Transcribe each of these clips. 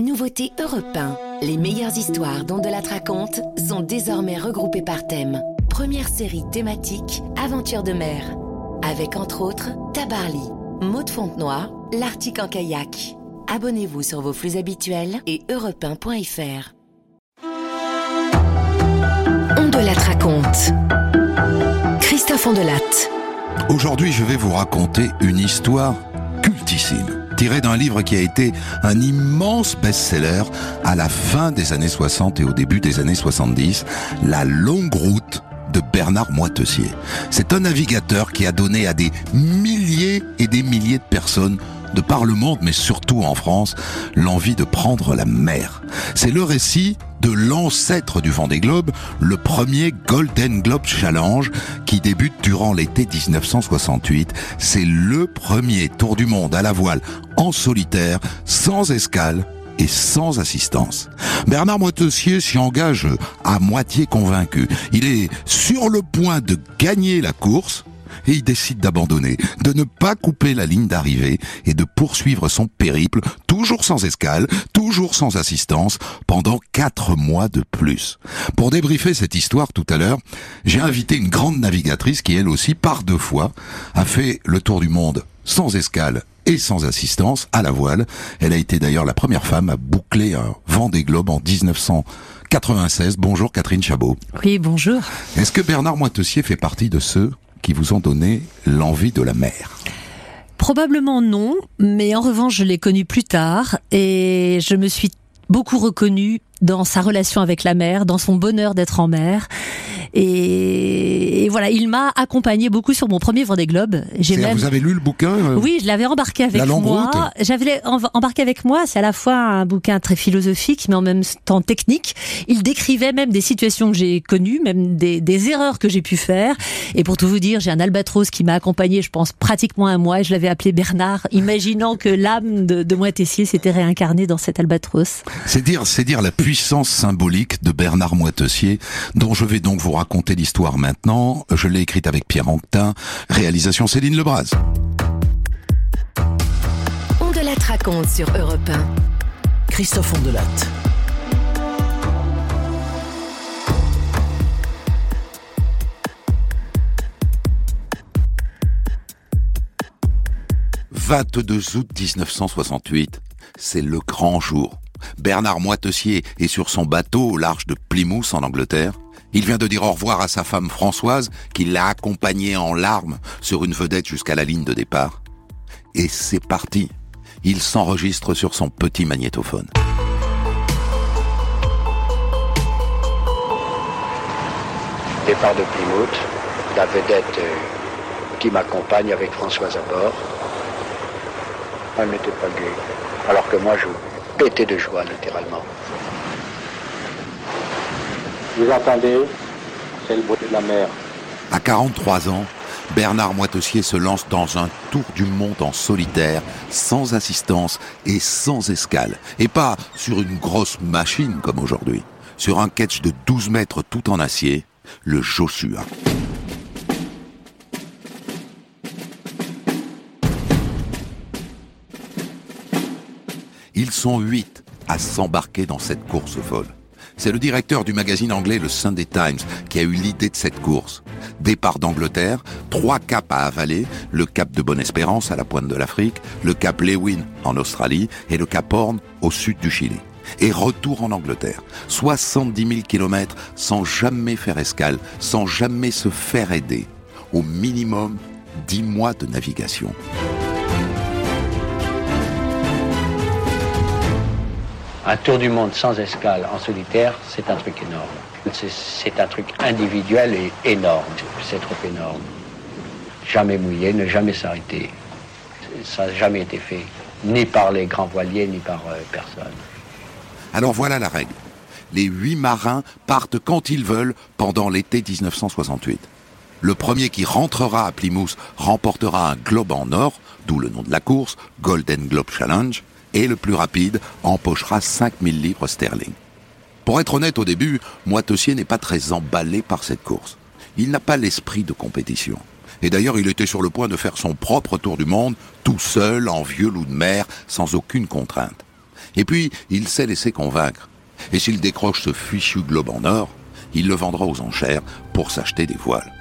Nouveauté Europe 1. Les meilleures histoires dont Delat raconte sont désormais regroupées par thème. Première série thématique, Aventure de mer. Avec entre autres, Tabarly, Maud Fontenoy, l'Arctique en kayak. Abonnez-vous sur vos flux habituels et europe1.fr. On Delat raconte. Christophe Ondelat. Aujourd'hui, je vais vous raconter une histoire cultissime, tirée d'un livre qui a été un immense best-seller à la fin des années 60 et au début des années 70, La longue route de Bernard Moitessier. C'est un navigateur qui a donné à des milliers et des milliers de personnes de par le monde, mais surtout en France, l'envie de prendre la mer. C'est le récit de l'ancêtre du Vendée Globe, le premier Golden Globe Challenge qui débute durant l'été 1968. C'est le premier tour du monde à la voile en solitaire, sans escale et sans assistance. Bernard Moitessier s'y engage à moitié convaincu. Il est sur le point de gagner la course et il décide d'abandonner, de ne pas couper la ligne d'arrivée et de poursuivre son périple, toujours sans escale, toujours sans assistance, pendant 4 mois de plus. Pour débriefer cette histoire tout à l'heure, j'ai invité une grande navigatrice qui, elle aussi, par 2 fois, a fait le tour du monde sans escale et sans assistance à la voile. Elle a été d'ailleurs la première femme à boucler un Vendée Globe en 1996. Bonjour Catherine Chabot. Oui, bonjour. Est-ce que Bernard Moitessier fait partie de ceux qui vous ont donné l'envie de la mer? Probablement non, mais en revanche, je l'ai connu plus tard et je me suis beaucoup reconnue dans sa relation avec la mer, dans son bonheur d'être en mer. Et voilà, il m'a accompagné beaucoup sur mon premier Vendée Globe. Vous avez lu le bouquin Oui, je l'avais embarqué avec moi. J'avais embarqué avec moi. C'est à la fois un bouquin très philosophique, mais en même temps technique. Il décrivait même des situations que j'ai connues, même des erreurs que j'ai pu faire. Et pour tout vous dire, j'ai un albatros qui m'a accompagné, je pense, pratiquement 1 mois. Et je l'avais appelé Bernard, imaginant que l'âme de Moitessier s'était réincarnée dans cet albatros. C'est dire la puissance symbolique de Bernard Moitessier, dont je vais donc vous raconter l'histoire maintenant. Je l'ai écrite avec Pierre Anquetin, réalisation Céline Lebras. On Delat raconte sur Europe 1. Christophe Ondelat. « 22 août 1968, c'est le grand jour. Bernard Moitessier est sur son bateau au large de Plymouth en Angleterre. Il vient de dire au revoir à sa femme Françoise, qui l'a accompagné en larmes sur une vedette jusqu'à la ligne de départ. Et c'est parti. Il s'enregistre sur son petit magnétophone. Départ de Plymouth, la vedette qui m'accompagne avec Françoise à bord. Elle n'était pas gaie, alors que moi je pétais de joie littéralement. Vous entendez? C'est le bruit de la mer. À 43 ans, Bernard Moitessier se lance dans un tour du monde en solitaire, sans assistance et sans escale. Et pas sur une grosse machine comme aujourd'hui. Sur un ketch de 12 mètres tout en acier, le Joshua. Ils sont 8 à s'embarquer dans cette course folle. C'est le directeur du magazine anglais le Sunday Times qui a eu l'idée de cette course. Départ d'Angleterre, 3 caps à avaler, le cap de Bonne-Espérance à la pointe de l'Afrique, le cap Lewin en Australie et le cap Horn au sud du Chili. Et retour en Angleterre, 70 000 kilomètres sans jamais faire escale, sans jamais se faire aider. Au minimum 10 mois de navigation. Un tour du monde sans escale en solitaire, c'est un truc énorme. C'est un truc individuel et énorme. C'est trop énorme. Jamais mouiller, ne jamais s'arrêter. Ça n'a jamais été fait, ni par les grands voiliers, ni par personne. Alors voilà la règle. Les 8 marins partent quand ils veulent pendant l'été 1968. Le premier qui rentrera à Plymouth remportera un globe en or, d'où le nom de la course, Golden Globe Challenge, et le plus rapide empochera 5000 livres sterling. Pour être honnête, au début, Moitessier n'est pas très emballé par cette course. Il n'a pas l'esprit de compétition. Et d'ailleurs, il était sur le point de faire son propre tour du monde, tout seul, en vieux loup de mer, sans aucune contrainte. Et puis, il sait laisser convaincre. Et s'il décroche ce fichu globe en or, il le vendra aux enchères pour s'acheter des voiles.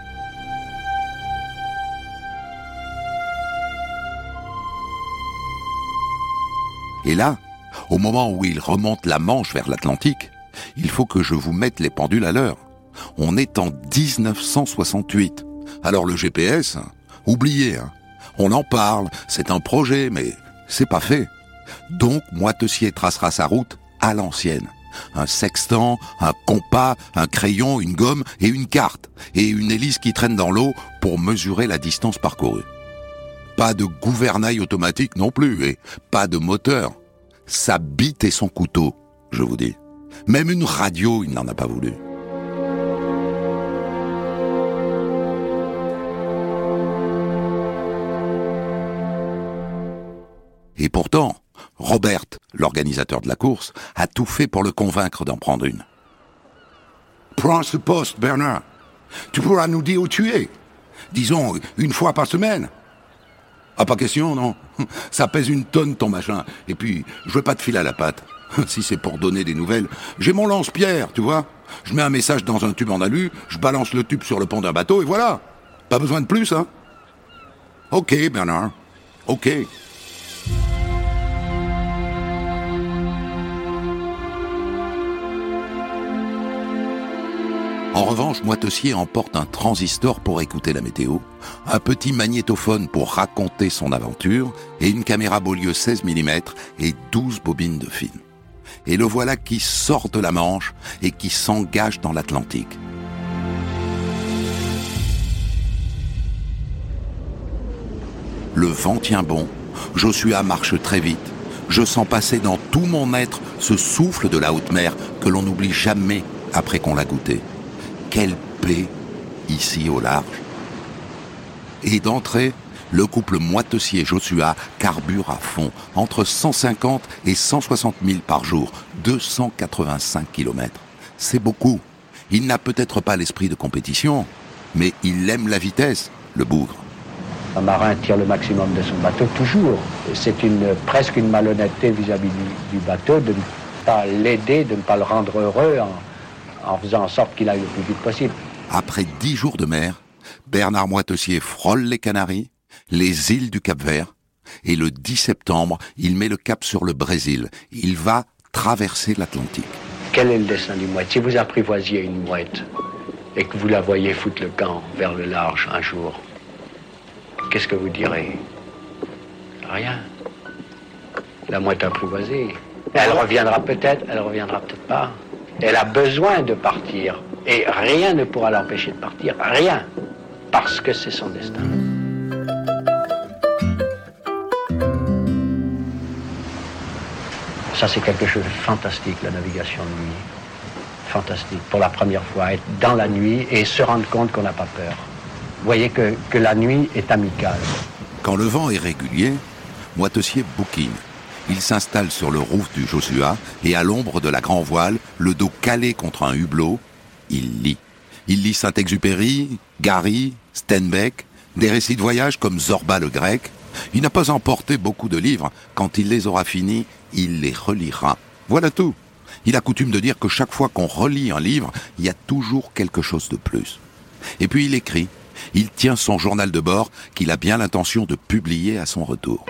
Et là, au moment où il remonte la Manche vers l'Atlantique, il faut que je vous mette les pendules à l'heure. On est en 1968. Alors le GPS, oubliez, on en parle, c'est un projet, mais c'est pas fait. Donc Moitessier tracera sa route à l'ancienne. Un sextant, un compas, un crayon, une gomme et une carte. Et une hélice qui traîne dans l'eau pour mesurer la distance parcourue. Pas de gouvernail automatique non plus, et pas de moteur. Sa bite et son couteau, je vous dis. Même une radio, il n'en a pas voulu. Et pourtant, Robert, l'organisateur de la course, a tout fait pour le convaincre d'en prendre une. Prends ce poste, Bernard. Tu pourras nous dire où tu es. Disons, une fois par semaine. Ah, pas question, non. Ça pèse 1 tonne, ton machin. Et puis, je veux pas te filer à la patte. Si c'est pour donner des nouvelles, j'ai mon lance-pierre, tu vois. Je mets un message dans un tube en alu, je balance le tube sur le pont d'un bateau, et voilà. Pas besoin de plus, hein. Ok, Bernard. Ok. En revanche, Moitessier emporte un transistor pour écouter la météo, un petit magnétophone pour raconter son aventure et une caméra Beaulieu 16 mm et 12 bobines de film. Et le voilà qui sort de la Manche et qui s'engage dans l'Atlantique. Le vent tient bon, Joshua marche très vite. Je sens passer dans tout mon être ce souffle de la haute mer que l'on n'oublie jamais après qu'on l'a goûté. Quelle paix, ici au large. Et d'entrée, le couple Moitessier-Joshua carbure à fond, entre 150 et 160 000 par jour, 285 km. C'est beaucoup. Il n'a peut-être pas l'esprit de compétition, mais il aime la vitesse, le bougre. Un marin tire le maximum de son bateau, toujours. C'est presque une malhonnêteté vis-à-vis du bateau de ne pas l'aider, de ne pas le rendre heureux en faisant en sorte qu'il aille le plus vite possible. Après 10 jours de mer, Bernard Moitessier frôle les Canaries, les îles du Cap-Vert, et le 10 septembre, il met le cap sur le Brésil. Il va traverser l'Atlantique. Quel est le destin du mouette? Si vous apprivoisiez une mouette et que vous la voyez foutre le camp vers le large un jour, qu'est-ce que vous direz? Rien. La mouette apprivoisée. Elle reviendra peut-être pas. Elle a besoin de partir. Et rien ne pourra l'empêcher de partir. Rien. Parce que c'est son destin. Ça, c'est quelque chose de fantastique, la navigation de nuit. Fantastique. Pour la première fois, être dans la nuit et se rendre compte qu'on n'a pas peur. Vous voyez que la nuit est amicale. Quand le vent est régulier, Moitessier bouquine. Il s'installe sur le roof du Joshua et à l'ombre de la grand voile, le dos calé contre un hublot, il lit. Il lit Saint-Exupéry, Gary, Steinbeck, des récits de voyage comme Zorba le Grec. Il n'a pas emporté beaucoup de livres. Quand il les aura finis, il les relira. Voilà tout. Il a coutume de dire que chaque fois qu'on relit un livre, il y a toujours quelque chose de plus. Et puis il écrit. Il tient son journal de bord qu'il a bien l'intention de publier à son retour.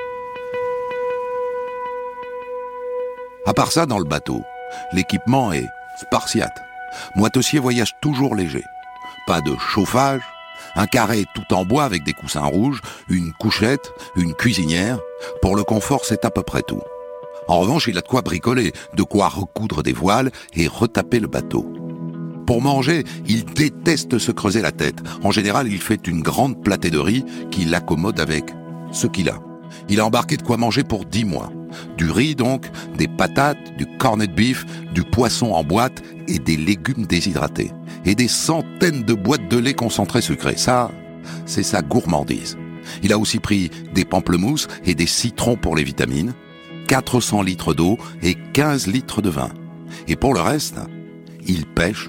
À part ça, dans le bateau, l'équipement est spartiate. Moitessier voyage toujours léger. Pas de chauffage, un carré tout en bois avec des coussins rouges, une couchette, une cuisinière. Pour le confort, c'est à peu près tout. En revanche, il a de quoi bricoler, de quoi recoudre des voiles et retaper le bateau. Pour manger, il déteste se creuser la tête. En général, il fait une grande platée de riz qu'il accommode avec ce qu'il a. Il a embarqué de quoi manger pour 10 mois. Du riz donc, des patates, du corned beef, du poisson en boîte et des légumes déshydratés. Et des centaines de boîtes de lait concentré sucré. Ça, c'est sa gourmandise. Il a aussi pris des pamplemousses et des citrons pour les vitamines, 400 litres d'eau et 15 litres de vin. Et pour le reste, il pêche.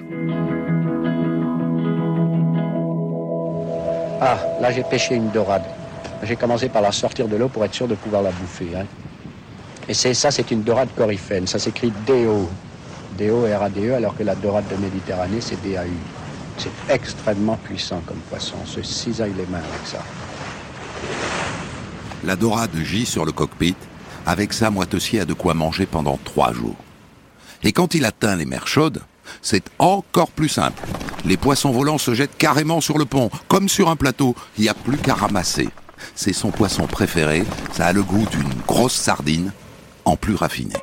Ah, là j'ai pêché une dorade. J'ai commencé par la sortir de l'eau pour être sûr de pouvoir la bouffer. Et c'est une dorade coryphène. Ça s'écrit DO. DO, R-A-D-E, alors que la dorade de Méditerranée, c'est D-A-U. C'est extrêmement puissant comme poisson. On se cisaille les mains avec ça. La dorade gît sur le cockpit. Avec ça, Moitessier a de quoi manger pendant 3 jours. Et quand il atteint les mers chaudes, c'est encore plus simple. Les poissons volants se jettent carrément sur le pont, comme sur un plateau. Il n'y a plus qu'à ramasser. C'est son poisson préféré. Ça a le goût d'une grosse sardine, en plus raffiné.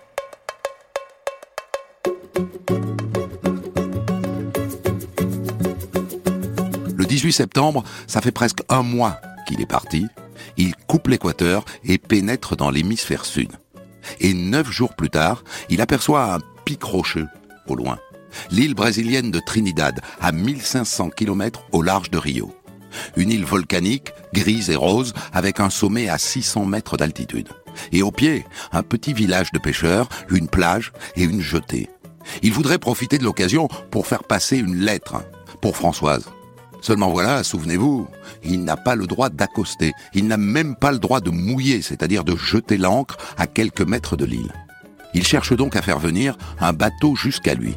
Le 18 septembre, ça fait presque 1 mois qu'il est parti. Il coupe l'équateur et pénètre dans l'hémisphère sud. Et 9 jours plus tard, il aperçoit un pic rocheux au loin. L'île brésilienne de Trinidad, à 1500 km au large de Rio. Une île volcanique, grise et rose, avec un sommet à 600 mètres d'altitude. Et au pied, un petit village de pêcheurs, une plage et une jetée. Il voudrait profiter de l'occasion pour faire passer une lettre pour Françoise. Seulement voilà, souvenez-vous, il n'a pas le droit d'accoster. Il n'a même pas le droit de mouiller, c'est-à-dire de jeter l'ancre à quelques mètres de l'île. Il cherche donc à faire venir un bateau jusqu'à lui.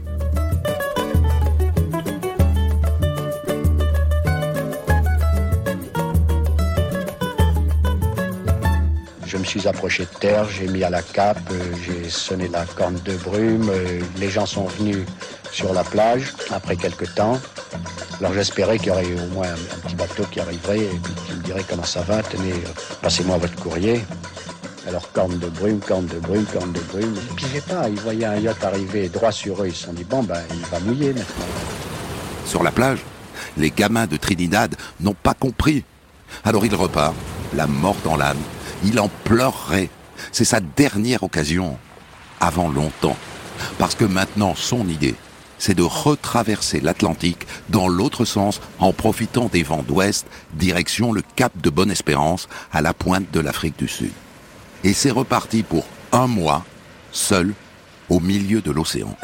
Je me suis approché de terre, j'ai mis à la cape, j'ai sonné la corne de brume, les gens sont venus sur la plage après quelques temps. Alors j'espérais qu'il y aurait au moins un petit bateau qui arriverait et puis qui me dirait comment ça va, tenez, passez-moi votre courrier. Alors corne de brume, corne de brume, corne de brume. Et puis j'ai pas, ils voyaient un yacht arriver droit sur eux, ils se sont dit bon ben il va mouiller maintenant. Sur la plage, les gamins de Trinidad n'ont pas compris. Alors il repart, la mort dans l'âme. Il en pleurerait. C'est sa dernière occasion, avant longtemps. Parce que maintenant, son idée, c'est de retraverser l'Atlantique dans l'autre sens en profitant des vents d'ouest, direction le cap de Bonne-Espérance, à la pointe de l'Afrique du Sud. Et c'est reparti pour 1 mois, seul, au milieu de l'océan.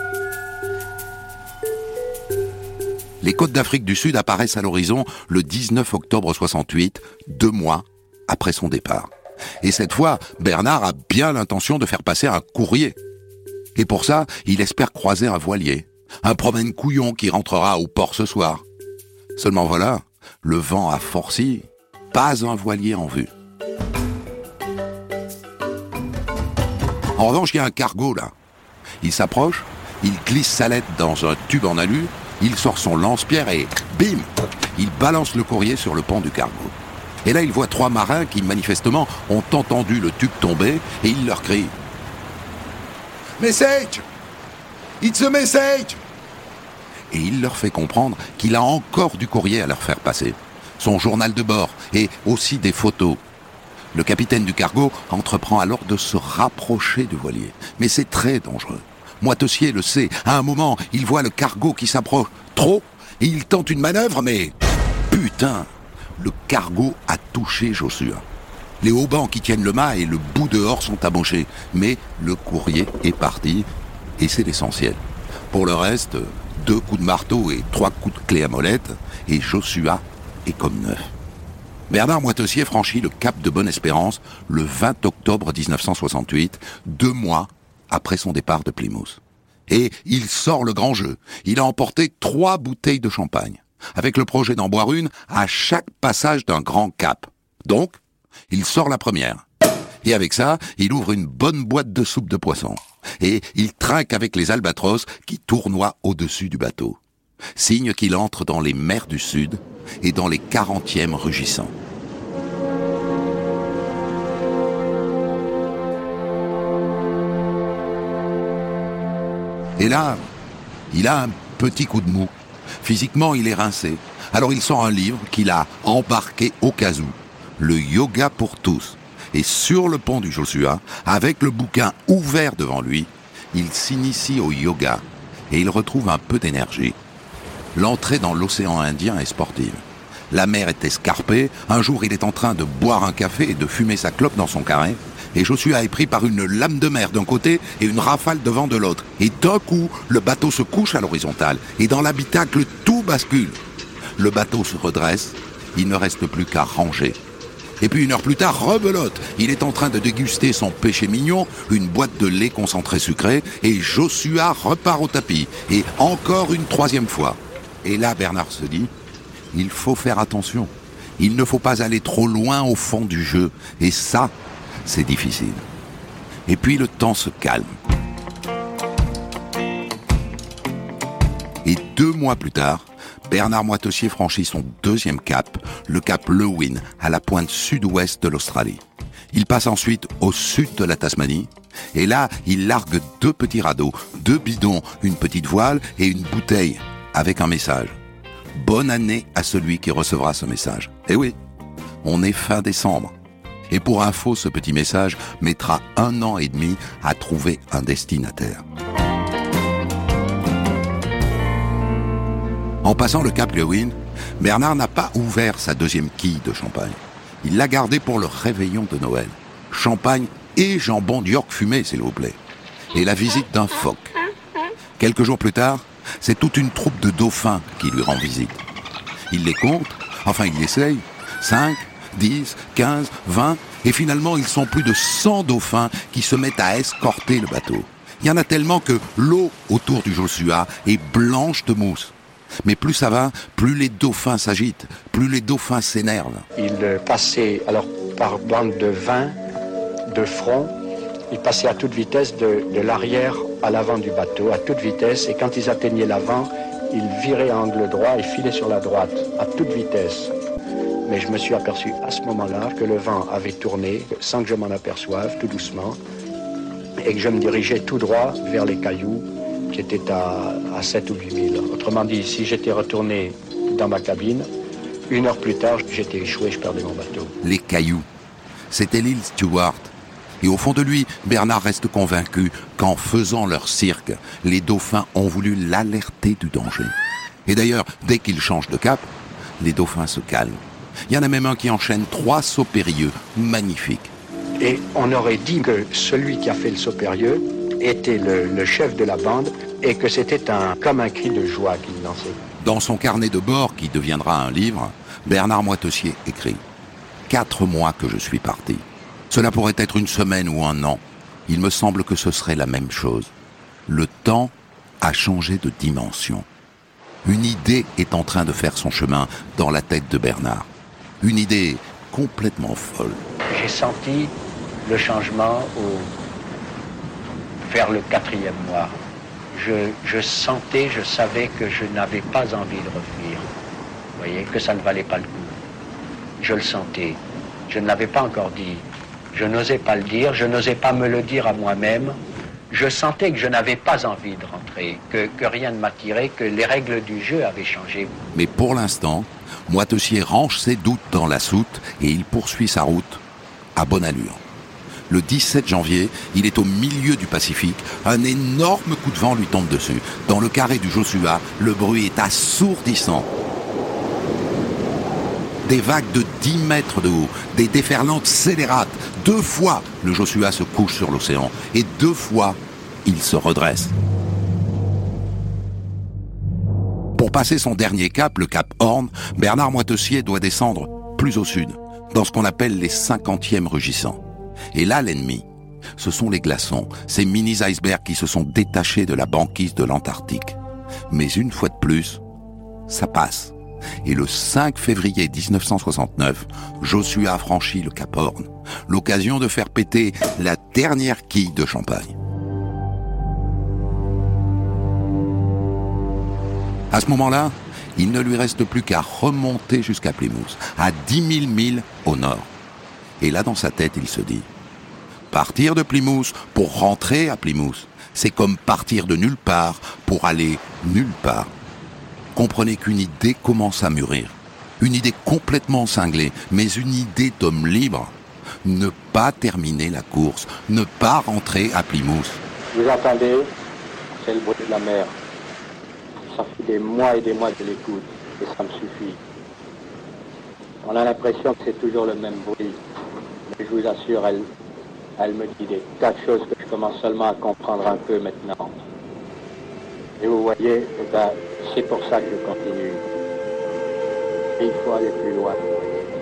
Les côtes d'Afrique du Sud apparaissent à l'horizon le 19 octobre 68, 2 mois après son départ. Et cette fois, Bernard a bien l'intention de faire passer un courrier. Et pour ça, il espère croiser un voilier, un promène-couillon qui rentrera au port ce soir. Seulement voilà, le vent a forci, pas un voilier en vue. En revanche, il y a un cargo là. Il s'approche, il glisse sa lettre dans un tube en alu, il sort son lance-pierre et bim, il balance le courrier sur le pont du cargo. Et là, il voit 3 marins qui, manifestement, ont entendu le tube tomber et il leur crie « Message! It's a message !» Et il leur fait comprendre qu'il a encore du courrier à leur faire passer. Son journal de bord et aussi des photos. Le capitaine du cargo entreprend alors de se rapprocher du voilier. Mais c'est très dangereux. Moitessier le sait. À un moment, il voit le cargo qui s'approche trop et il tente une manœuvre, mais... Putain! Le cargo a touché Joshua. Les haubans qui tiennent le mât et le bout dehors sont amochés. Mais le courrier est parti et c'est l'essentiel. Pour le reste, 2 coups de marteau et 3 coups de clé à molette et Joshua est comme neuf. Bernard Moitessier franchit le cap de Bonne-Espérance le 20 octobre 1968, 2 mois après son départ de Plymouth. Et il sort le grand jeu. Il a emporté 3 bouteilles de champagne, avec le projet d'en boire une à chaque passage d'un grand cap. Donc, il sort la première. Et avec ça, il ouvre une bonne boîte de soupe de poisson. Et il trinque avec les albatros qui tournoient au-dessus du bateau. Signe qu'il entre dans les mers du Sud et dans les 40e rugissants. Et là, il a un petit coup de mou. Physiquement, il est rincé. Alors il sort un livre qu'il a embarqué au cas où, le Yoga pour tous. Et sur le pont du Joshua, avec le bouquin ouvert devant lui, il s'initie au yoga et il retrouve un peu d'énergie. L'entrée dans l'océan Indien est sportive. La mer est escarpée. Un jour, il est en train de boire un café et de fumer sa clope dans son carré. Et Joshua est pris par une lame de mer d'un côté et une rafale de vent de l'autre. Et d'un coup, le bateau se couche à l'horizontale. Et dans l'habitacle, tout bascule. Le bateau se redresse. Il ne reste plus qu'à ranger. Et puis 1 heure plus tard, rebelote. Il est en train de déguster son péché mignon, une boîte de lait concentré sucré, et Joshua repart au tapis. Et encore une 3e fois. Et là, Bernard se dit, il faut faire attention. Il ne faut pas aller trop loin au fond du jeu. Et ça, c'est difficile. Et puis le temps se calme. Et 2 mois plus tard, Bernard Moitessier franchit son 2e cap, le cap Lewin, à la pointe sud-ouest de l'Australie. Il passe ensuite au sud de la Tasmanie, et là, il largue 2 petits radeaux, 2 bidons, une petite voile et une bouteille, avec un message. Bonne année à celui qui recevra ce message. Eh oui, on est fin décembre. Et pour info, ce petit message mettra 1 an et demi à trouver un destinataire. En passant le cap Lewin, Bernard n'a pas ouvert sa 2e quille de champagne. Il l'a gardée pour le réveillon de Noël. Champagne et jambon d'York fumé, s'il vous plaît. Et la visite d'un phoque. Quelques jours plus tard, c'est toute une troupe de dauphins qui lui rend visite. Il les compte, enfin il l'essaye, 5, 10, 15, 20, et finalement ils sont plus de 100 dauphins qui se mettent à escorter le bateau. Il y en a tellement que l'eau autour du Joshua est blanche de mousse. Mais plus ça va, plus les dauphins s'agitent, plus les dauphins s'énervent. Ils passaient alors par bande de 20 de front, ils passaient à toute vitesse de l'arrière à l'avant du bateau, à toute vitesse, et quand ils atteignaient l'avant, ils viraient à angle droit et filaient sur la droite, à toute vitesse. Mais je me suis aperçu à ce moment-là que le vent avait tourné, sans que je m'en aperçoive, tout doucement, et que je me dirigeais tout droit vers les cailloux, qui était à 7 ou 8 000. Autrement dit, si j'étais retourné dans ma cabine, 1 heure plus tard, j'étais échoué, je perdais mon bateau. Les cailloux, c'était l'île Stewart. Et au fond de lui, Bernard reste convaincu qu'en faisant leur cirque, les dauphins ont voulu l'alerter du danger. Et d'ailleurs, dès qu'il change de cap, les dauphins se calment. Il y en a même un qui enchaîne 3 sauts périlleux, magnifiques. Et on aurait dit que celui qui a fait le saut périlleux était le chef de la bande et que c'était comme un cri de joie qu'il lançait. Dans son carnet de bord, qui deviendra un livre, Bernard Moitessier écrit « 4 mois que je suis parti. Cela pourrait être 1 semaine ou 1 an. Il me semble que ce serait la même chose. Le temps a changé de dimension. Une idée est en train de faire son chemin dans la tête de Bernard. Une idée complètement folle. J'ai senti le changement vers le 4e mois. Je sentais, je savais que je n'avais pas envie de revenir. Vous voyez, que ça ne valait pas le coup. Je le sentais. Je ne l'avais pas encore dit. Je n'osais pas le dire, je n'osais pas me le dire à moi-même. Je sentais que je n'avais pas envie de rentrer, que rien ne m'attirait, que les règles du jeu avaient changé. Mais pour l'instant, Moitessier range ses doutes dans la soute et il poursuit sa route à bonne allure. Le 17 janvier, il est au milieu du Pacifique. Un énorme coup de vent lui tombe dessus. Dans le carré du Joshua, le bruit est assourdissant. Des vagues de 10 mètres de haut, des déferlantes scélérates. 2 fois, le Joshua se couche sur l'océan. Et 2 fois, il se redresse. Pour passer son dernier cap, le cap Horn, Bernard Moitessier doit descendre plus au sud, dans ce qu'on appelle les 50e rugissants. Et là, l'ennemi, ce sont les glaçons, ces mini-icebergs qui se sont détachés de la banquise de l'Antarctique. Mais une fois de plus, ça passe. Et le 5 février 1969, Joshua franchit le Cap Horn, l'occasion de faire péter la dernière quille de champagne. À ce moment-là, il ne lui reste plus qu'à remonter jusqu'à Plymouth, à 10 000 milles au nord. Et là, dans sa tête, il se dit, partir de Plymouth pour rentrer à Plymouth, c'est comme partir de nulle part pour aller nulle part. Comprenez qu'une idée commence à mûrir. Une idée complètement cinglée, mais une idée d'homme libre. Ne pas terminer la course, ne pas rentrer à Plymouth. Vous entendez, c'est le bruit de la mer. Ça fait des mois et des mois que je l'écoute, et ça me suffit. On a l'impression que c'est toujours le même bruit. Mais je vous assure, elle me dit des tas de choses que je commence seulement à comprendre un peu maintenant. Et vous voyez, c'est pour ça que je continue. Et il faut aller plus loin, vous voyez.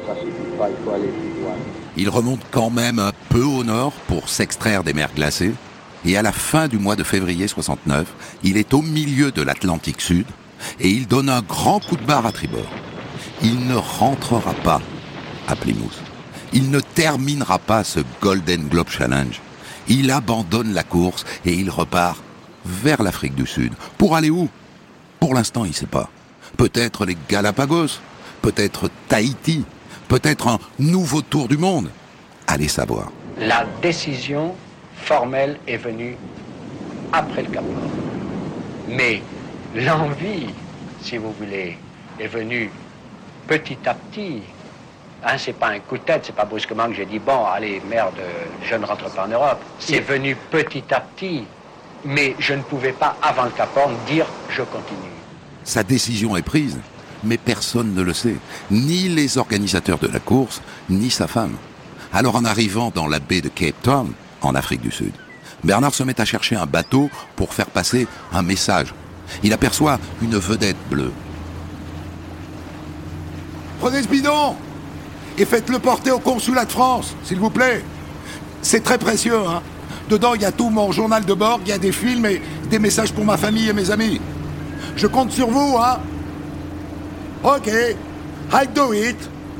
ça suffit pas, il faut aller plus loin. Il remonte quand même un peu au nord pour s'extraire des mers glacées. Et à la fin du mois de février 69, il est au milieu de l'Atlantique Sud et il donne un grand coup de barre à tribord. Il ne rentrera pas à Plymouth. Il ne terminera pas ce Golden Globe Challenge. Il abandonne la course et il repart vers l'Afrique du Sud. Pour aller où ? Pour l'instant, il ne sait pas. Peut-être les Galapagos, peut-être Tahiti, peut-être un nouveau tour du monde. Allez savoir. La décision formelle est venue après le Cap Nord. Mais l'envie, si vous voulez, est venue petit à petit. C'est pas un coup de tête, c'est pas brusquement que j'ai dit bon, allez, merde, je ne rentre pas en Europe. C'est venu petit à petit. Mais je ne pouvais pas, avant le Cap Horn, dire je continue. Sa décision est prise, mais personne ne le sait. Ni les organisateurs de la course, ni sa femme. Alors en arrivant dans la baie de Cape Town, en Afrique du Sud, Bernard se met à chercher un bateau pour faire passer un message. Il aperçoit une vedette bleue. Prenez ce bidon et faites-le porter au consulat de France, s'il vous plaît. C'est très précieux, hein. Dedans, il y a tout mon journal de bord, il y a des films et des messages pour ma famille et mes amis. Je compte sur vous, hein. Ok, I do it.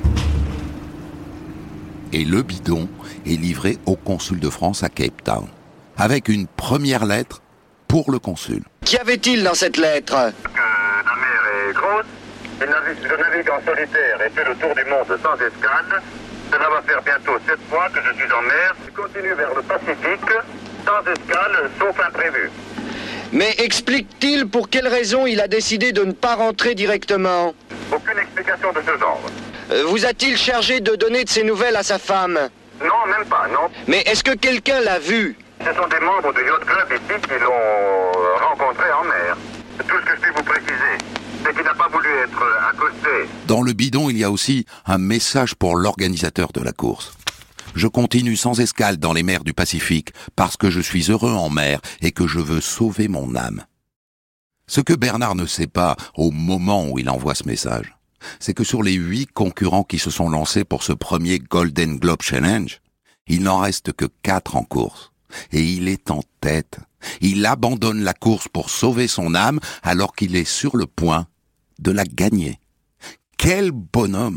Et le bidon est livré au consul de France à Cape Town, avec une première lettre pour le consul. Qu'y avait-il dans cette lettre ? La mer est grosse, je navigue en solitaire et fais le tour du monde sans escale. Cela va faire bientôt 7 mois que je suis en mer. Je continue vers le Pacifique, sans escale, sauf imprévu. Mais explique-t-il pour quelle raison il a décidé de ne pas rentrer directement ? Aucune explication de ce genre. Vous a-t-il chargé de donner de ses nouvelles à sa femme ? Non, même pas, non. Mais est-ce que quelqu'un l'a vu ? Ce sont des membres du Yacht Club ici qui l'ont rencontré en mer. Tout ce que je puis vous préciser, c'est qu'il n'a pas voulu être accosté. Dans le bidon, il y a aussi un message pour l'organisateur de la course. Je continue sans escale dans les mers du Pacifique parce que je suis heureux en mer et que je veux sauver mon âme. Ce que Bernard ne sait pas au moment où il envoie ce message, c'est que sur les 8 concurrents qui se sont lancés pour ce premier Golden Globe Challenge, il n'en reste que 4 en course. Et il est en tête. Il abandonne la course pour sauver son âme alors qu'il est sur le point de la gagner. Quel bonhomme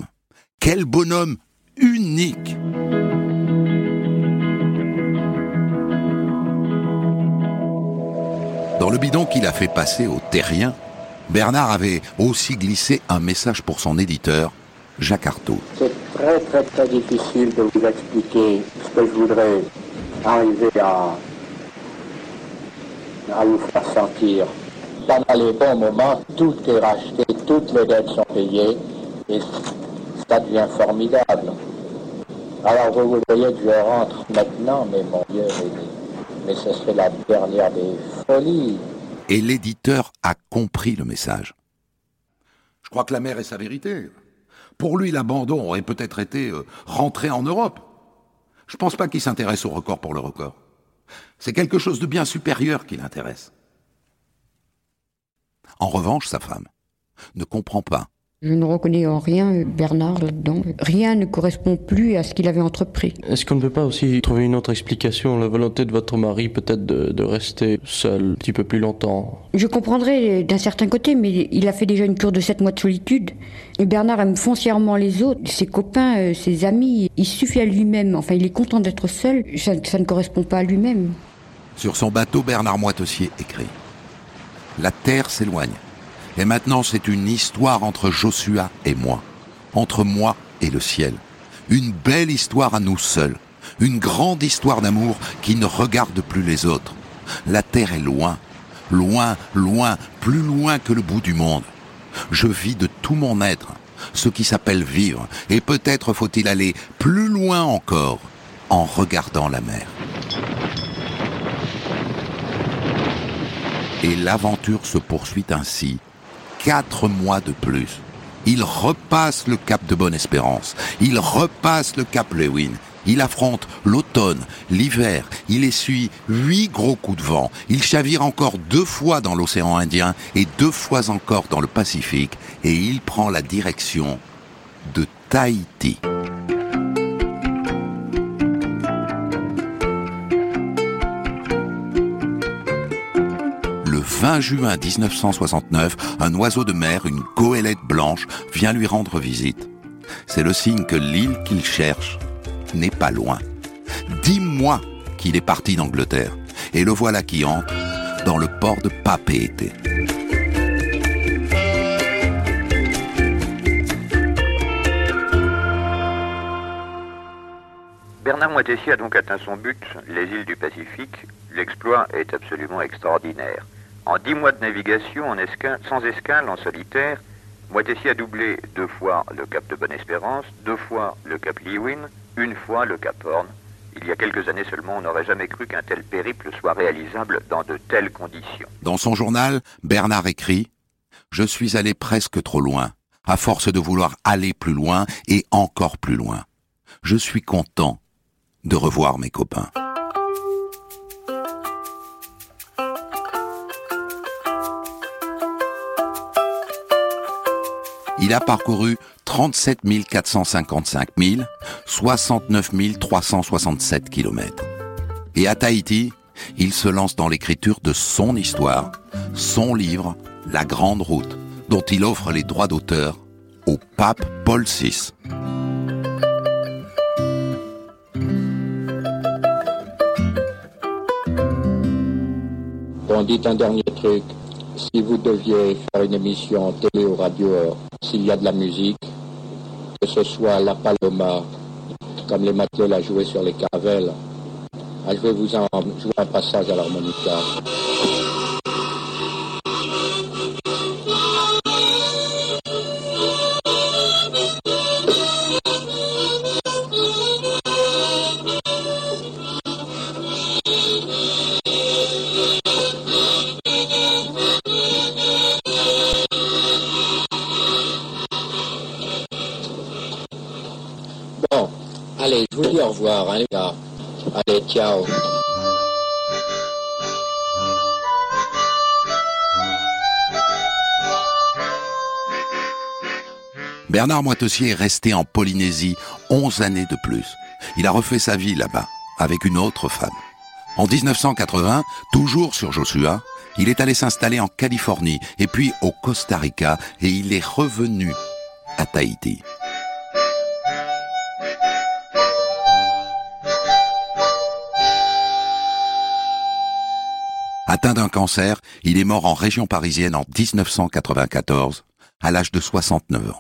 unique! Dans le bidon qu'il a fait passer au terrien, Bernard avait aussi glissé un message pour son éditeur, Jacques Artaud. C'est très très très difficile de vous expliquer ce que je voudrais arriver à vous faire sentir. Pendant les bons moments, tout est racheté, toutes les dettes sont payées et ça devient formidable. Alors vous voudriez que je rentre maintenant, mais mon Dieu, mais ce serait la dernière des folies. Et l'éditeur a compris le message. Je crois que la mer est sa vérité. Pour lui, l'abandon aurait peut-être été rentrer en Europe. Je pense pas qu'il s'intéresse au record pour le record. C'est quelque chose de bien supérieur qui l'intéresse. En revanche, sa femme ne comprend pas. Je ne reconnais en rien Bernard là-dedans. Rien ne correspond plus à ce qu'il avait entrepris. Est-ce qu'on ne peut pas aussi trouver une autre explication, la volonté de votre mari peut-être de rester seul un petit peu plus longtemps ? Je comprendrais d'un certain côté, mais il a fait déjà une cure de 7 mois de solitude. Et Bernard aime foncièrement les autres, ses copains, ses amis. Il suffit à lui-même, enfin il est content d'être seul, ça ne correspond pas à lui-même. Sur son bateau, Bernard Moitessier écrit « La terre s'éloigne. Et maintenant, c'est une histoire entre Joshua et moi, entre moi et le ciel. Une belle histoire à nous seuls, une grande histoire d'amour qui ne regarde plus les autres. La terre est loin, loin, loin, plus loin que le bout du monde. Je vis de tout mon être, ce qui s'appelle vivre, et peut-être faut-il aller plus loin encore en regardant la mer. » Et l'aventure se poursuit ainsi. 4 mois de plus. Il repasse le cap de Bonne-Espérance. Il repasse le cap Lewin. Il affronte l'automne, l'hiver. Il essuie 8 gros coups de vent. Il chavire encore 2 fois dans l'océan Indien et 2 fois encore dans le Pacifique. Et il prend la direction de Tahiti. Le 20 juin 1969, un oiseau de mer, une goélette blanche, vient lui rendre visite. C'est le signe que l'île qu'il cherche n'est pas loin. 10 mois qu'il est parti d'Angleterre, et le voilà qui entre dans le port de Papeete. Bernard Moitessier a donc atteint son but, les îles du Pacifique. L'exploit est absolument extraordinaire. En 10 mois de navigation sans escale, en solitaire, Moitessier a doublé 2 fois le cap de Bonne-Espérance, 2 fois le cap Leeuwin, 1 fois le cap Horn. Il y a quelques années seulement, on n'aurait jamais cru qu'un tel périple soit réalisable dans de telles conditions. Dans son journal, Bernard écrit « Je suis allé presque trop loin, à force de vouloir aller plus loin et encore plus loin. Je suis content de revoir mes copains. » Il a parcouru 37 455 milles, 69 367 kilomètres. Et à Tahiti, il se lance dans l'écriture de son histoire, son livre, La Grande Route, dont il offre les droits d'auteur au pape Paul VI. On dit un dernier truc. Si vous deviez faire une émission télé ou radio, s'il y a de la musique, que ce soit la paloma, comme les matelots la jouaient sur les caravelles, je vais vous en jouer un passage à l'harmonica. Bon, allez, je vous dis au revoir, hein, les gars. Allez, ciao. Bernard Moitessier est resté en Polynésie 11 années de plus. Il a refait sa vie là-bas, avec une autre femme. En 1980, toujours sur Joshua, il est allé s'installer en Californie, et puis au Costa Rica, et il est revenu à Tahiti. Atteint d'un cancer, il est mort en région parisienne en 1994, à l'âge de 69 ans.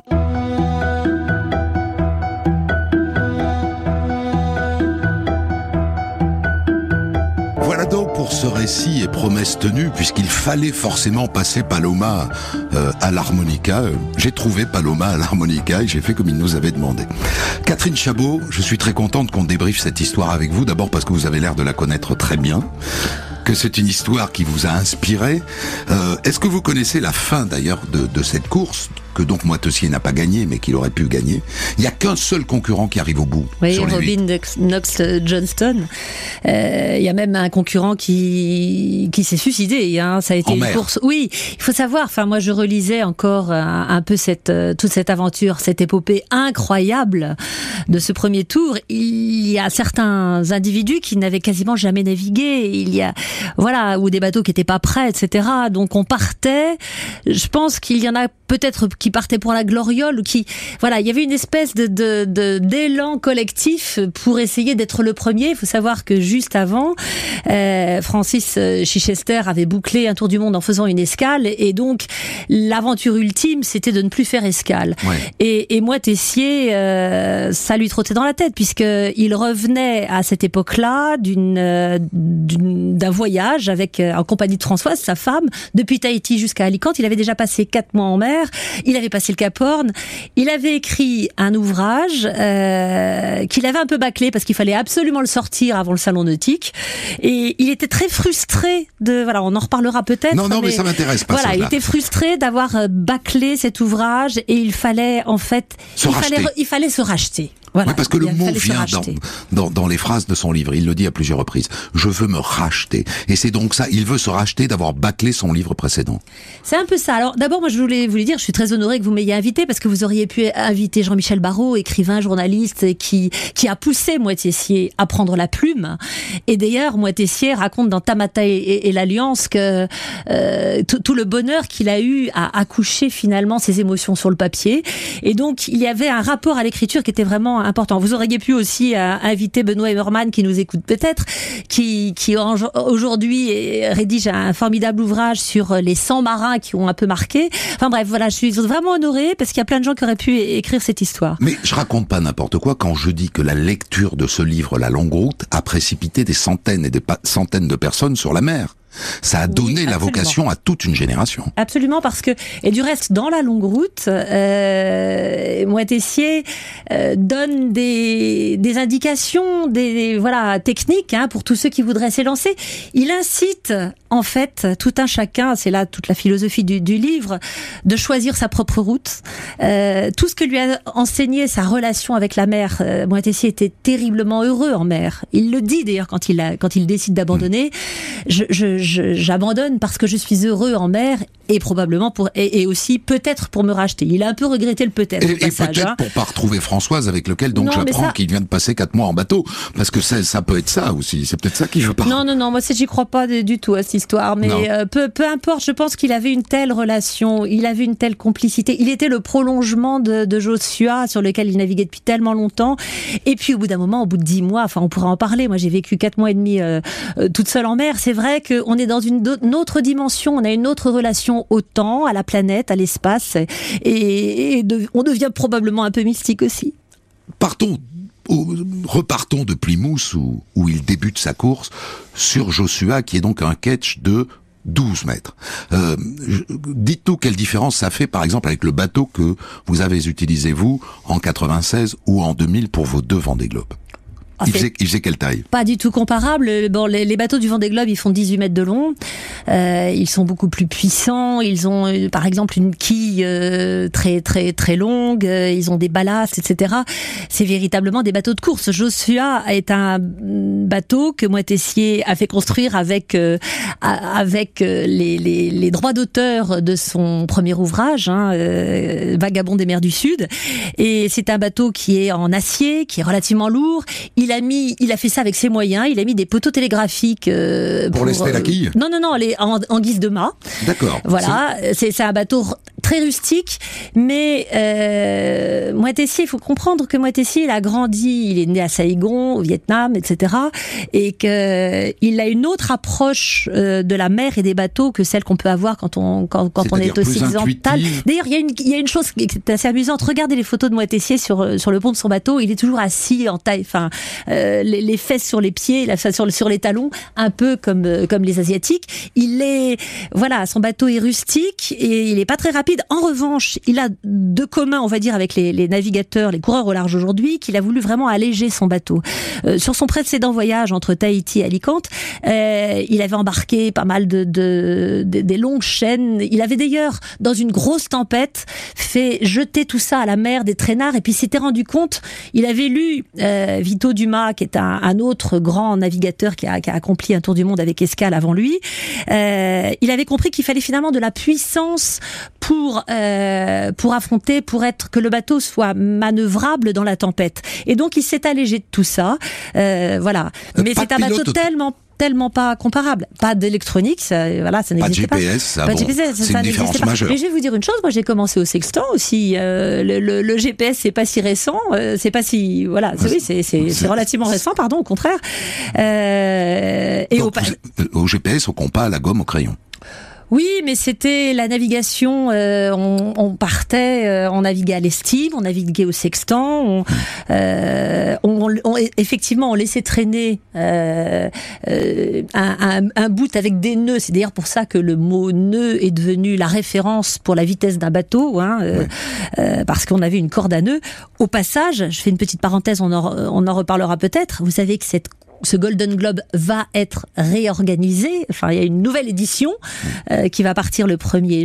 Voilà donc pour ce récit et promesse tenue, puisqu'il fallait forcément passer Paloma à l'harmonica. J'ai trouvé Paloma à l'harmonica et j'ai fait comme il nous avait demandé. Catherine Chabot, je suis très contente qu'on débriefe cette histoire avec vous, d'abord parce que vous avez l'air de la connaître très bien, que c'est une histoire qui vous a inspiré. Est-ce que vous connaissez la fin d'ailleurs de cette course, que donc Moitessier n'a pas gagné, mais qu'il aurait pu gagner? Il n'y a qu'un seul concurrent qui arrive au bout. Oui, sur les Robin 8. Knox-Johnston. Il y a même un concurrent qui s'est suicidé. Hein. Ça a été une course. Oui, il faut savoir. Enfin, moi, je relisais encore un peu toute cette aventure, cette épopée incroyable de ce premier tour. Il y a certains individus qui n'avaient quasiment jamais navigué. Il y a, voilà, ou des bateaux qui n'étaient pas prêts, etc. Donc, on partait. Je pense qu'il y en a peut-être qui partaient pour la gloriole, ou qui, voilà, il y avait une espèce d'élan collectif pour essayer d'être le premier. Il faut savoir que juste avant, Francis Chichester avait bouclé un tour du monde en faisant une escale, et donc l'aventure ultime, c'était de ne plus faire escale. Ouais. Et Moitessier, ça lui trottait dans la tête, puisqu'il revenait à cette époque-là d'un voyage en compagnie de Françoise, sa femme, depuis Tahiti jusqu'à Alicante. Il avait déjà passé 4 mois en mer. Il avait passé le Cap Horn. Il avait écrit un ouvrage qu'il avait un peu bâclé parce qu'il fallait absolument le sortir avant le salon nautique. Et il était très frustré voilà, on en reparlera peut-être. Non, mais ça m'intéresse pas. Voilà, il était frustré d'avoir bâclé cet ouvrage, et il fallait en fait, il fallait se racheter. Voilà, oui, parce que le mot vient dans les phrases de son livre. Il le dit à plusieurs reprises. Je veux me racheter. Et c'est donc ça. Il veut se racheter d'avoir bâclé son livre précédent. C'est un peu ça. Alors, d'abord, moi, je voulais vous dire, je suis très honorée que vous m'ayez invité parce que vous auriez pu inviter Jean-Michel Barrot, écrivain, journaliste, qui a poussé Moitessier à prendre la plume. Et d'ailleurs, Moitessier raconte dans Tamata et l'Alliance que tout le bonheur qu'il a eu à accoucher finalement ses émotions sur le papier. Et donc, il y avait un rapport à l'écriture qui était vraiment important. Vous auriez pu aussi inviter Benoît Emmermann, qui nous écoute peut-être, qui aujourd'hui rédige un formidable ouvrage sur les 100 marins qui ont un peu marqué. Enfin bref, voilà, je suis vraiment honorée parce qu'il y a plein de gens qui auraient pu écrire cette histoire. Mais je raconte pas n'importe quoi quand je dis que la lecture de ce livre, La Longue Route, a précipité des centaines et des centaines de personnes sur la mer. Ça a donné la vocation à toute une génération. Absolument, parce que, et du reste, dans La Longue Route, Moitessier donne des indications, voilà, techniques, pour tous ceux qui voudraient s'élancer. Il incite, en fait, tout un chacun, c'est là toute la philosophie du livre, de choisir sa propre route. Tout ce que lui a enseigné sa relation avec la mer, Moitessier était terriblement heureux en mer. Il le dit d'ailleurs quand il décide d'abandonner. J'abandonne parce que je suis heureux en mer et probablement et aussi peut-être pour me racheter. Il a un peu regretté le peut-être. Et peut-être pour pas retrouver Françoise avec lequel donc j'apprends qu'il vient de passer 4 mois en bateau, parce que ça peut être ça aussi. C'est peut-être ça qui veut pas. Non, moi j'y crois pas du tout à cette histoire. Mais peu importe. Je pense qu'il avait une telle relation, il avait une telle complicité. Il était le prolongement de Joshua sur lequel il naviguait depuis tellement longtemps. Et puis au bout d'un moment, au bout de 10 mois, enfin on pourra en parler. Moi j'ai vécu 4 mois et demi toute seule en mer. C'est vrai qu'on est dans une autre dimension, on a une autre relation au temps, à la planète, à l'espace, et on devient probablement un peu mystique aussi. Repartons de Plymouth où il débute sa course sur Joshua, qui est donc un ketch de 12 mètres. Dites-nous quelle différence ça fait, par exemple, avec le bateau que vous avez utilisé, vous, en 96 ou en 2000 pour vos 2 Vendée Globe. Il faisait quelle taille? Pas du tout comparable. Bon, les bateaux du Vendée Globe, ils font 18 mètres de long. Ils sont beaucoup plus puissants. Ils ont, par exemple, une quille très très très longue. Ils ont des ballasts, etc. C'est véritablement des bateaux de course. Joshua est un bateau que Moitessier a fait construire avec les droits d'auteur de son premier ouvrage, Vagabond des mers du Sud. Et c'est un bateau qui est en acier, qui est relativement lourd. Il a fait ça avec ses moyens. Il a mis des poteaux télégraphiques pour lester la quille. Non, en guise de mât. D'accord. Voilà, c'est un bateau très rustique, mais Moitessier, il faut comprendre que Moitessier, il a grandi, il est né à Saigon, au Vietnam, etc., et que il a une autre approche de la mer et des bateaux que celle qu'on peut avoir quand on est occidental. D'ailleurs, il y a une chose qui est assez amusante. Regardez les photos de Moitessier sur le pont de son bateau. Il est toujours assis en taille, les fesses sur les pieds, sur les talons, un peu comme les Asiatiques. Son bateau est rustique et il est pas très rapide. En revanche, il a de commun, on va dire, avec les navigateurs, les coureurs au large aujourd'hui, qu'il a voulu vraiment alléger son bateau. Sur son précédent voyage entre Tahiti et Alicante, il avait embarqué pas mal des longues chaînes. Il avait d'ailleurs, dans une grosse tempête, fait jeter tout ça à la mer, des traînards, et puis s'était rendu compte, il avait lu Vito Dumas, qui est un autre grand navigateur qui a accompli un tour du monde avec escale avant lui. Il avait compris qu'il fallait finalement de la puissance pour affronter, que le bateau soit manœuvrable dans la tempête. Et donc il s'est allégé de tout ça. Voilà. Mais c'est un bateau tellement pas comparable. Pas d'électronique, ça n'existait pas. Pas de GPS, c'est une différence majeure. Mais je vais vous dire une chose, moi j'ai commencé au sextant aussi. Le GPS, c'est pas si récent, c'est relativement récent, pardon, au contraire. Au GPS, au compas, à la gomme, au crayon. Oui, mais c'était la navigation. On partait, on naviguait à l'estime, on naviguait au sextant. Effectivement, on laissait traîner un bout avec des nœuds. C'est d'ailleurs pour ça que le mot nœud est devenu la référence pour la vitesse d'un bateau, parce qu'on avait une corde à nœuds. Au passage, je fais une petite parenthèse, on en reparlera peut-être. Vous savez que cette ce Golden Globe va être réorganisé. Enfin, il y a une nouvelle édition qui va partir le 1er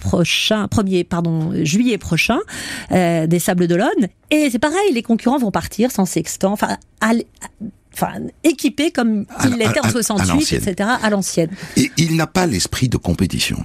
juillet prochain des Sables d'Olonne. Et c'est pareil, les concurrents vont partir sans sextant, équipés comme il l'était en 68, etc., à l'ancienne. Et il n'a pas l'esprit de compétition.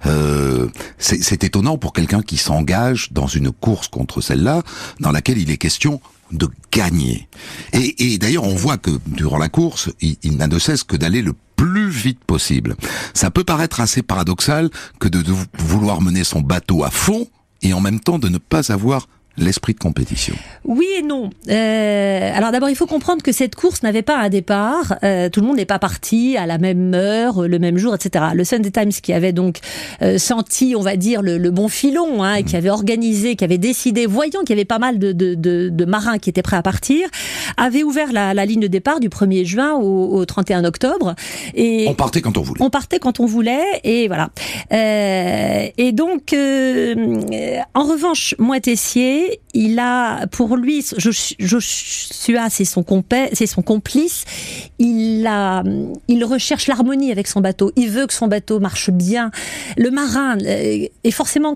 C'est étonnant pour quelqu'un qui s'engage dans une course contre celle-là, dans laquelle il est question de gagner. Et d'ailleurs, on voit que durant la course, il n'a de cesse que d'aller le plus vite possible. Ça peut paraître assez paradoxal que de vouloir mener son bateau à fond et en même temps de ne pas avoir l'esprit de compétition. Oui et non. Alors d'abord, il faut comprendre que cette course n'avait pas un départ. Tout le monde n'est pas parti à la même heure, le même jour, etc. Le Sunday Times, qui avait donc senti, on va dire, le bon filon, et qui avait organisé, qui avait décidé, voyant qu'il y avait pas mal de marins qui étaient prêts à partir, avait ouvert la ligne de départ du 1er juin au 31 octobre. Et on partait quand on voulait. On partait quand on voulait, et voilà. Et donc, en revanche, Moitessier, il a, pour lui, Joshua, c'est son complice. Il recherche l'harmonie avec son bateau. Il veut que son bateau marche bien. Le marin, et forcément,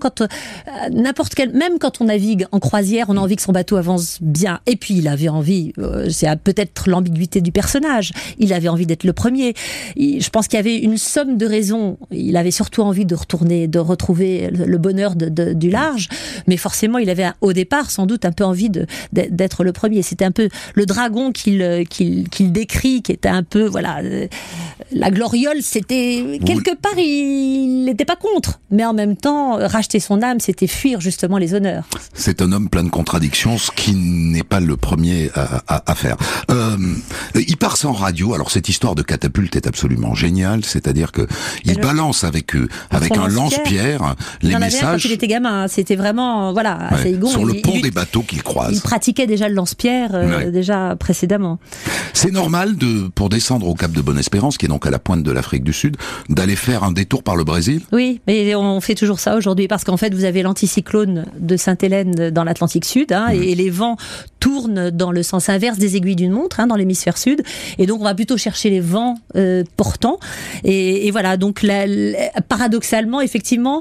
même quand on navigue en croisière, on a envie que son bateau avance bien. Et puis, il avait envie, c'est peut-être l'ambiguïté du personnage. Il avait envie d'être le premier. Je pense qu'il y avait une somme de raisons. Il avait surtout envie de retrouver le bonheur du large. Mais forcément, il avait au départ sans doute un peu envie d'être le premier. C'était un peu le dragon qu'il décrit, qui était un peu, la gloriole, c'était quelque part, il n'était pas contre, mais en même temps, racheter son âme, c'était fuir justement les honneurs. C'est un homme plein de contradictions, ce qui n'est pas le premier à faire. Il part sans radio. Alors cette histoire de catapulte est absolument géniale, c'est-à-dire que il balance avec un lance-pierre les messages. Quand il était gamin, c'était vraiment assez Saigon. Sur le pont des bateaux qu'il croise. Il pratiquait déjà le lance-pierre déjà précédemment. C'est normal pour descendre au Cap de Bonne-Espérance, qui est donc à la pointe de l'Afrique du Sud, d'aller faire un détour par le Brésil? Oui, mais on fait toujours ça aujourd'hui parce qu'en fait vous avez l'anticyclone de Sainte-Hélène dans l'Atlantique Sud, et les vents tournent dans le sens inverse des aiguilles d'une montre, dans l'hémisphère sud, et donc on va plutôt chercher les vents portants, et voilà, donc paradoxalement, effectivement,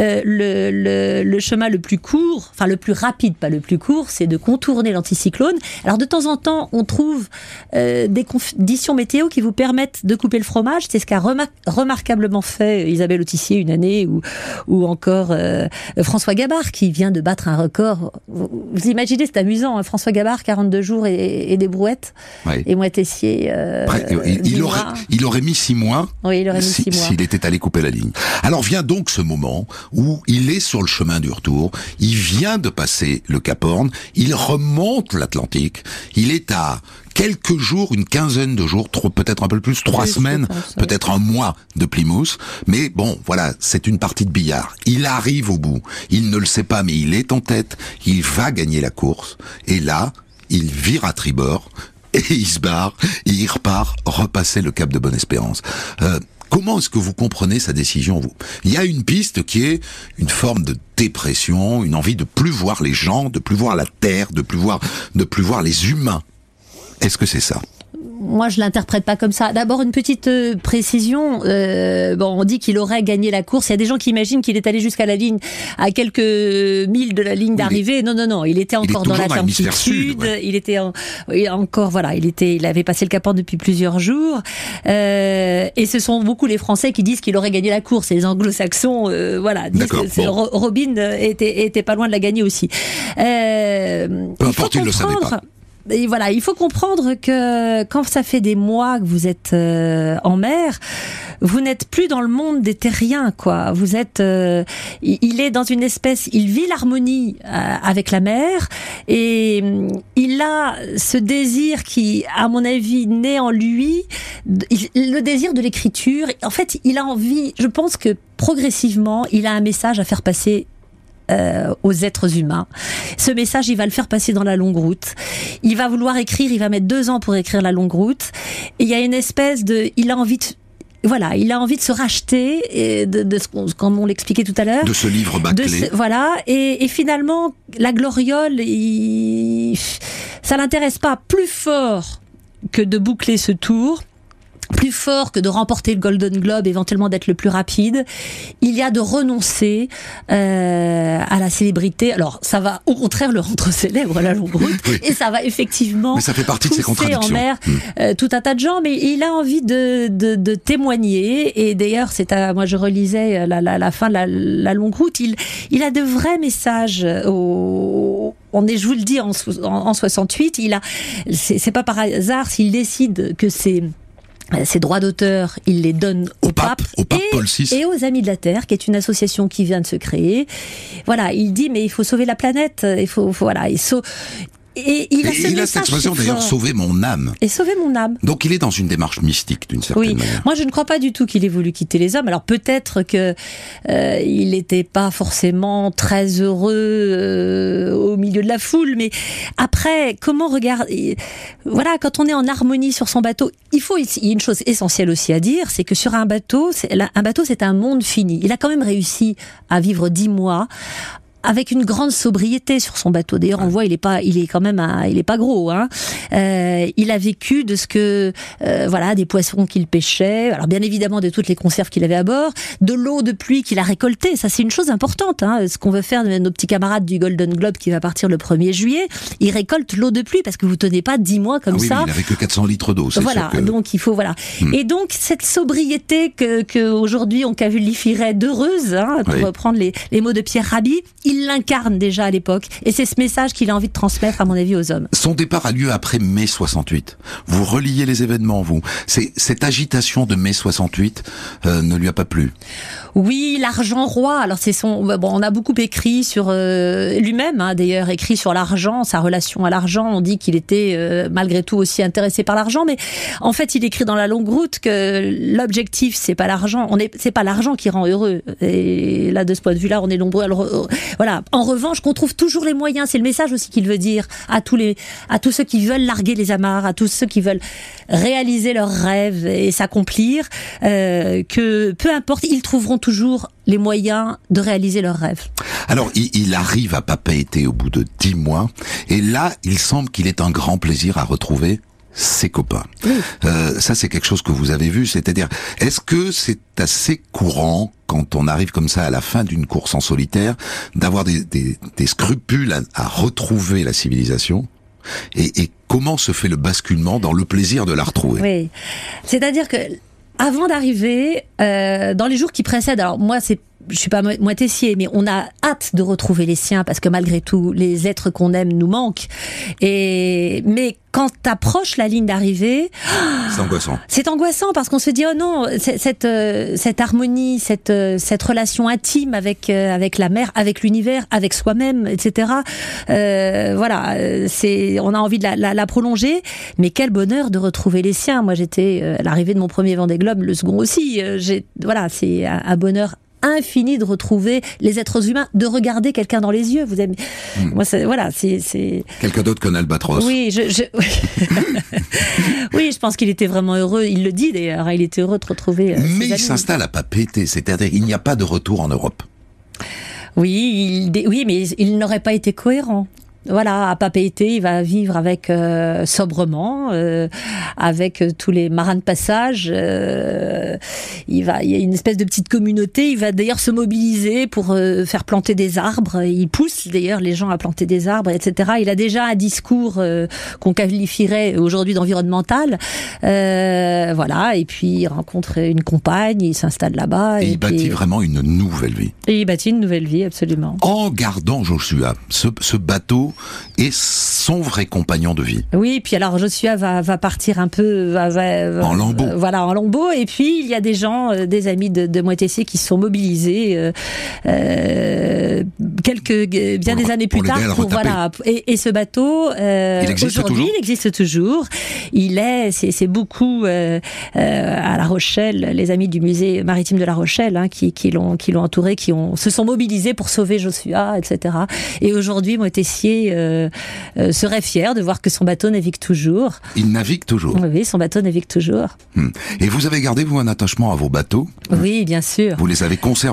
le chemin le plus court, enfin le plus rapide, pas le plus court, c'est de contourner l'anticyclone. Alors de temps en temps, on trouve des conditions météo qui vous permettent de couper le fromage. C'est ce qu'a remarquablement fait Isabelle Autissier une année, ou encore François Gabard, qui vient de battre un record. Vous imaginez, c'est amusant, François Gabard, 42 jours et des brouettes, et Moitessier... il aurait mis 6 mois, s'il était allé couper la ligne. Alors vient donc ce moment où il est sur le chemin du retour, il vient de passer le Cap Horn, il remonte l'Atlantique, il est à quelques jours, une quinzaine de jours, peut-être un peu plus, 3 semaines, peut-être un mois de Plymouth, mais bon, voilà, c'est une partie de billard. Il arrive au bout, il ne le sait pas, mais il est en tête, il va gagner la course, et là, il vire à tribord, et il se barre, et il repart repasser le Cap de Bonne-Espérance. Comment est-ce que vous comprenez sa décision, vous? Il y a une piste qui est une forme de dépression, une envie de plus voir les gens, de plus voir la terre, de plus voir les humains. Est-ce que c'est ça? Moi, je l'interprète pas comme ça. D'abord, une petite précision. On dit qu'il aurait gagné la course. Il y a des gens qui imaginent qu'il est allé jusqu'à la ligne, à quelques milles de la ligne d'arrivée. Non. Il était encore dans l'Atlantique Sud. Il était il avait passé le Cap Horn depuis plusieurs jours. Et ce sont beaucoup les Français qui disent qu'il aurait gagné la course. Et les Anglo-Saxons, disent que Robin était pas loin de la gagner aussi. Peu importe, il ne le savait pas. Et voilà, il faut comprendre que quand ça fait des mois que vous êtes en mer, vous n'êtes plus dans le monde des terriens, quoi. Vous êtes, il est dans une espèce, il vit l'harmonie avec la mer, et il a ce désir qui, à mon avis, naît en lui, le désir de l'écriture. En fait, il a envie, je pense que progressivement, il a un message à faire passer aux êtres humains. Ce message, il va le faire passer dans la longue route. Il va vouloir écrire, il va mettre 2 ans pour écrire la longue route. Et il y a une espèce de... Il a envie de se racheter, comme on l'expliquait tout à l'heure. De ce livre bâclé. Et finalement, la gloriole, ça l'intéresse pas plus fort que de boucler ce tour. Plus fort que de remporter le Golden Globe, éventuellement d'être le plus rapide, il y a de renoncer à la célébrité. Alors, ça va au contraire le rendre célèbre, la longue route, oui. Et ça va effectivement mais ça fait partie de ses contradictions. En mer tout un tas de gens, mais il a envie de témoigner. Et d'ailleurs, moi je relisais la fin de la longue route. Il a de vrais messages je vous le dis, en 68, c'est pas par hasard s'il décide que ses droits d'auteur, il les donne au pape Paul VI. Et aux Amis de la Terre, qui est une association qui vient de se créer. Voilà, il dit mais il faut sauver la planète, Et il a cette expression d'ailleurs, sauver mon âme. Et sauver mon âme. Donc il est dans une démarche mystique d'une certaine manière. Moi je ne crois pas du tout qu'il ait voulu quitter les hommes. Alors peut-être que il n'était pas forcément très heureux au milieu de la foule, mais après comment regarder. Voilà, quand on est en harmonie sur son bateau, il y a une chose essentielle aussi à dire, c'est que sur un bateau c'est un monde fini. Il a quand même réussi à vivre 10 mois. Avec une grande sobriété sur son bateau. D'ailleurs, on voit, il est pas gros, hein. Il a vécu de ce que, des poissons qu'il pêchait. Alors, bien évidemment, de toutes les conserves qu'il avait à bord, de l'eau de pluie qu'il a récoltée. Ça, c'est une chose importante, hein. Ce qu'on veut faire de nos petits camarades du Golden Globe qui va partir le 1er juillet. Ils récoltent l'eau de pluie parce que vous tenez pas 10 mois comme ça. Oui, il n'avait que 400 litres d'eau, c'est voilà. sûr que... Donc, il faut, Et donc, cette sobriété que aujourd'hui on qualifierait d'heureuse, hein, pour reprendre les mots de Pierre Rabhi, il l'incarne déjà à l'époque, et c'est ce message qu'il a envie de transmettre, à mon avis, aux hommes. Son départ a lieu après mai 68. Vous reliez les événements, vous. Cette agitation de mai 68 ne lui a pas plu. Oui, l'argent roi. Alors on a beaucoup écrit sur lui-même, hein, d'ailleurs, écrit sur l'argent, sa relation à l'argent. On dit qu'il était malgré tout aussi intéressé par l'argent, mais en fait, il écrit dans La Longue Route que l'objectif, c'est pas l'argent. C'est pas l'argent qui rend heureux. Et là, de ce point de vue-là, on est nombreux. Voilà. En revanche, qu'on trouve toujours les moyens. C'est le message aussi qu'il veut dire à tous ceux qui veulent larguer les amarres, à tous ceux qui veulent réaliser leurs rêves et s'accomplir, que peu importe, ils trouveront toujours les moyens de réaliser leurs rêves. Alors, il arrive à Papeete au bout de 10 mois, et là, il semble qu'il ait un grand plaisir à retrouver ses copains. Oui. Ça, c'est quelque chose que vous avez vu, c'est-à-dire, est-ce que c'est assez courant, quand on arrive comme ça à la fin d'une course en solitaire, d'avoir des scrupules à retrouver la civilisation ? Et comment se fait le basculement dans le plaisir de la retrouver ? Oui, c'est-à-dire que avant d'arriver, dans les jours qui précèdent, alors moi je suis pas moitessier, mais on a hâte de retrouver les siens parce que malgré tout, les êtres qu'on aime nous manquent. Mais quand t'approches la ligne d'arrivée, c'est angoissant. C'est angoissant parce qu'on se dit oh non, cette harmonie, cette relation intime avec la mer, avec l'univers, avec soi-même, etc. On a envie de la prolonger, mais quel bonheur de retrouver les siens. Moi, j'étais à l'arrivée de mon premier Vendée Globe, le second aussi. C'est un bonheur infini de retrouver les êtres humains, de regarder quelqu'un dans les yeux. Vous aimez. Moi, c'est quelqu'un d'autre qu'un albatros. Oui, oui, je pense qu'il était vraiment heureux. Il le dit d'ailleurs. Il était heureux de retrouver. Mais il s'installe à Papeete, c'est-à-dire il n'y a pas de retour en Europe. Oui, mais il n'aurait pas été cohérent. Voilà, à Papeete, il va vivre avec sobrement, avec tous les marins de passage. Il y a une espèce de petite communauté. Il va d'ailleurs se mobiliser pour faire planter des arbres. Il pousse d'ailleurs les gens à planter des arbres, etc. Il a déjà un discours qu'on qualifierait aujourd'hui d'environnemental. Et puis il rencontre une compagne, il s'installe là-bas. Et il bâtit vraiment une nouvelle vie. Et il bâtit une nouvelle vie, absolument. En gardant Joshua, ce bateau est son vrai compagnon de vie. Oui, puis alors Joshua va partir un peu en lambeaux. En lambeaux. Et puis il y a des gens, des amis de Moitessier qui se sont mobilisés des années plus tard et ce bateau aujourd'hui il existe toujours. C'est beaucoup à La Rochelle, les amis du musée maritime de La Rochelle qui l'ont entouré, se sont mobilisés pour sauver Joshua, etc. Et aujourd'hui Moitessier serait fier de voir que son bateau navigue toujours. Il navigue toujours. Oui, son bateau navigue toujours. Et vous avez gardé, vous, un attachement à vos bateaux ? Oui, bien sûr. Vous les avez conservés ?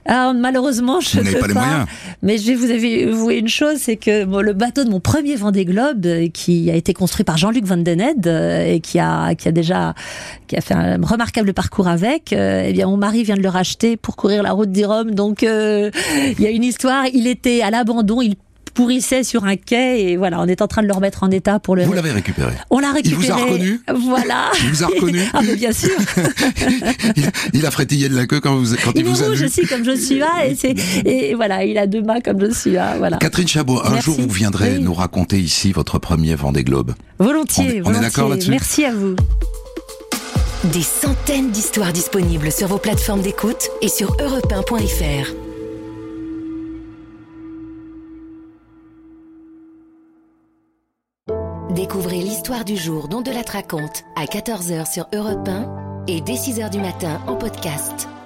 Alors, malheureusement, je ne peux pas. Mais je vais vous avouer une chose, c'est que le bateau de mon premier Vendée Globe, qui a été construit par Jean-Luc Van Den Ede et qui a fait un remarquable parcours avec, eh bien mon mari vient de le racheter pour courir la route d'Irome. Donc il y a une histoire. Il était à l'abandon. Il pourrissait sur un quai et voilà, on est en train de le remettre en état pour le... Vous l'avez récupéré. On l'a récupéré. Il vous a reconnu. Voilà. Il vous a reconnu. Ah mais bien sûr. il a frétillé de la queue quand il vous a vu. Il est rouge aussi comme Joshua et voilà, il a 2 mains comme Joshua. Voilà. Catherine Chabot, un jour vous viendrez nous raconter ici votre premier Vendée Globe. Volontiers. On est d'accord là-dessus. Merci à vous. Des centaines d'histoires disponibles sur vos plateformes d'écoute et sur europe1.fr. Découvrez l'histoire du jour dont Delattre raconte à 14h sur Europe 1 et dès 6h du matin en podcast.